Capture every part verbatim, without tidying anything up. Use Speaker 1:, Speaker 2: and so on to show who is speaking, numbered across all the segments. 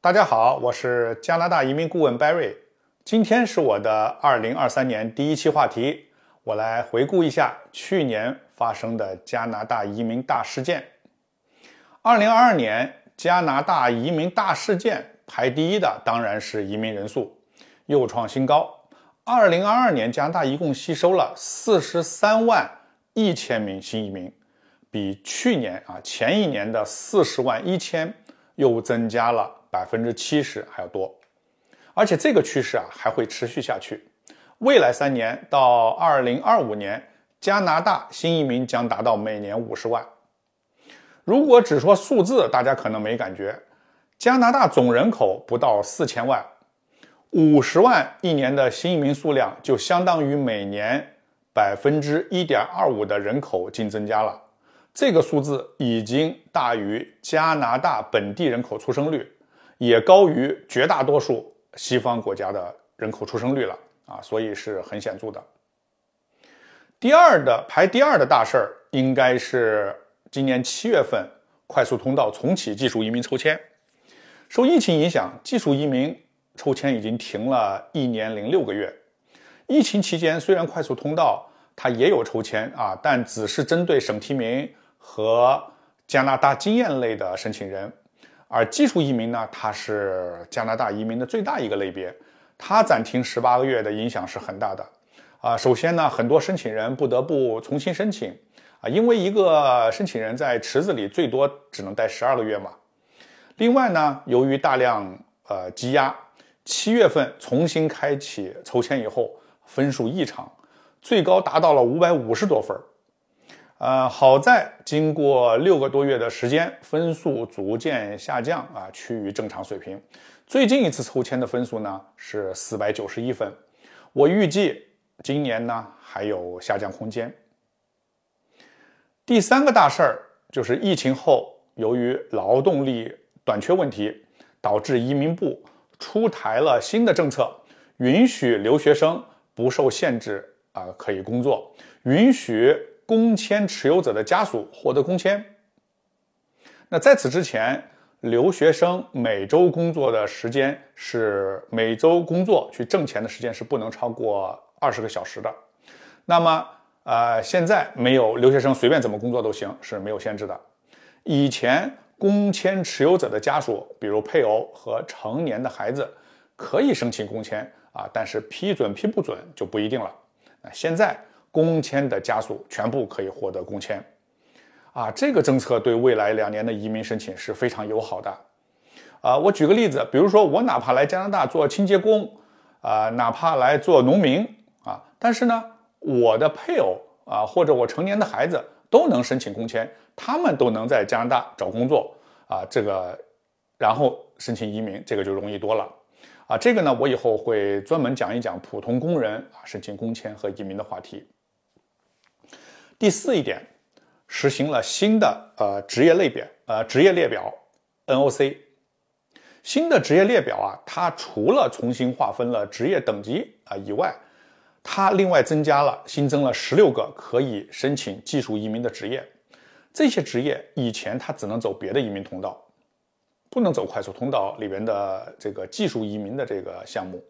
Speaker 1: 大家好，我是加拿大移民顾问 Barry。今天是我的二零二三年第一期话题，我来回顾一下去年发生的加拿大移民大事件。二零二二年加拿大移民大事件排第一的当然是移民人数，又创新高。二零二二年加拿大一共吸收了四十三万一千名新移民，比去年啊前一年的四十万一千又增加了百分之七十还要多，而且这个趋势啊还会持续下去。未来三年到二零二五年，加拿大新移民将达到每年五十万。如果只说数字，大家可能没感觉，加拿大总人口不到四千万，五十万一年的新移民数量就相当于每年百分之一点二五的人口净增加了。这个数字已经大于加拿大本地人口出生率，也高于绝大多数西方国家的人口出生率了啊，所以是很显著的。第二的排第二的大事儿应该是今年七月份快速通道重启技术移民抽签。受疫情影响，技术移民抽签已经停了一年零六个月。疫情期间虽然快速通道它也有抽签啊，但只是针对省提名和加拿大经验类的申请人，而技术移民呢，它是加拿大移民的最大一个类别，它暂停十八个月的影响是很大的啊。首先呢，很多申请人不得不重新申请啊，因为一个申请人在池子里最多只能待十二个月嘛。另外呢，由于大量呃积压，七月份重新开启抽签以后，分数异常，最高达到了五百五十多分。呃，好在经过六个多月的时间，分数逐渐下降啊，趋于正常水平。最近一次抽签的分数呢是四百九十一分，我预计今年呢还有下降空间。第三个大事儿就是疫情后，由于劳动力短缺问题，导致移民部出台了新的政策，允许留学生不受限制啊、呃、可以工作，允许工签持有者的家属获得工签。那在此之前，留学生每周工作的时间是每周工作去挣钱的时间是不能超过二十个小时的。那么呃，现在没有留学生随便怎么工作都行，是没有限制的。以前工签持有者的家属，比如配偶和成年的孩子，可以申请工签啊，但是批准批不准就不一定了。那现在工签的家属全部可以获得工签啊，这个政策对未来两年的移民申请是非常友好的啊。我举个例子，比如说我哪怕来加拿大做清洁工啊，哪怕来做农民啊，但是呢，我的配偶啊或者我成年的孩子都能申请工签，他们都能在加拿大找工作啊，这个然后申请移民，这个就容易多了啊。这个呢，我以后会专门讲一讲普通工人啊申请工签和移民的话题。第四一点，实行了新的呃职业类别呃职业列表 N O C。 新的职业列表啊，它除了重新划分了职业等级啊以外，它另外增加了新增了十六个可以申请技术移民的职业。这些职业以前它只能走别的移民通道，不能走快速通道里边的这个技术移民的这个项目。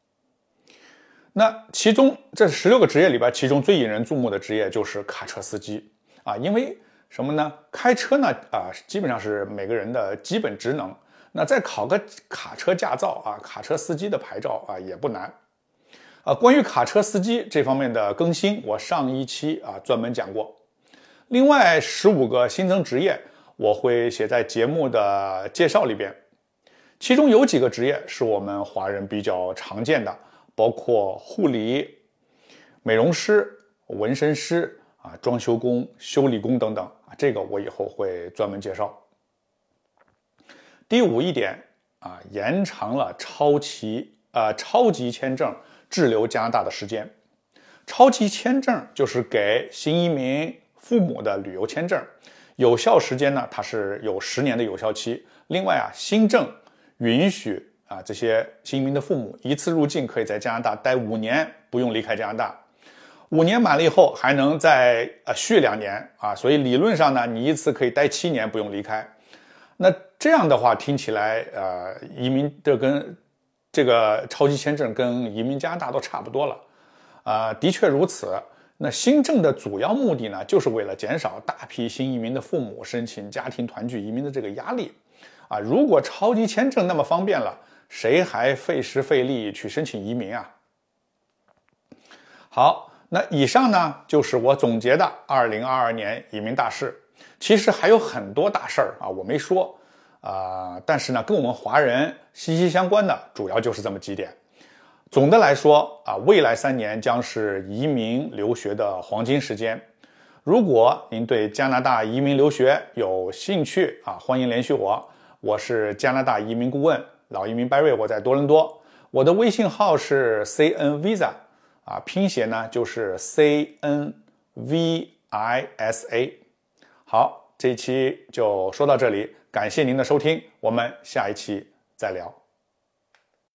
Speaker 1: 那其中这十六个职业里边，其中最引人注目的职业就是卡车司机啊，因为什么呢？开车呢啊，基本上是每个人的基本职能。那再考个卡车驾照啊，卡车司机的牌照啊也不难啊。关于卡车司机这方面的更新，我上一期啊专门讲过。另外十五个新增职业，我会写在节目的介绍里边。其中有几个职业是我们华人比较常见的，包括护理、美容师、纹身师啊、装修工、修理工等等啊，这个我以后会专门介绍。第五一点啊，延长了超级呃超级签证滞留加拿大的时间。超级签证就是给新移民父母的旅游签证，有效时间呢，它是有十年的有效期。另外啊，新政允许啊这些新移民的父母一次入境可以在加拿大待五年，不用离开加拿大。五年满了以后还能再呃续两年啊，所以理论上呢，你一次可以待七年不用离开。那这样的话听起来，呃，移民这跟这个超级签证跟移民加拿大都差不多了，啊、呃，的确如此。那新政的主要目的呢，就是为了减少大批新移民的父母申请家庭团聚移民的这个压力。啊，如果超级签证那么方便了，谁还费时费力去申请移民啊？好，那以上呢就是我总结的二零二二年移民大事。其实还有很多大事儿啊，我没说啊、呃，但是呢，跟我们华人息息相关的，主要就是这么几点。总的来说啊，未来三年将是移民留学的黄金时间。如果您对加拿大移民留学有兴趣啊，欢迎联系我。我是加拿大移民顾问老移民 Barry， 我在多伦多。我的微信号是 C N Visa 啊，拼写呢就是 C N V I S A。好，这一期就说到这里，感谢您的收听，我们下一期再聊。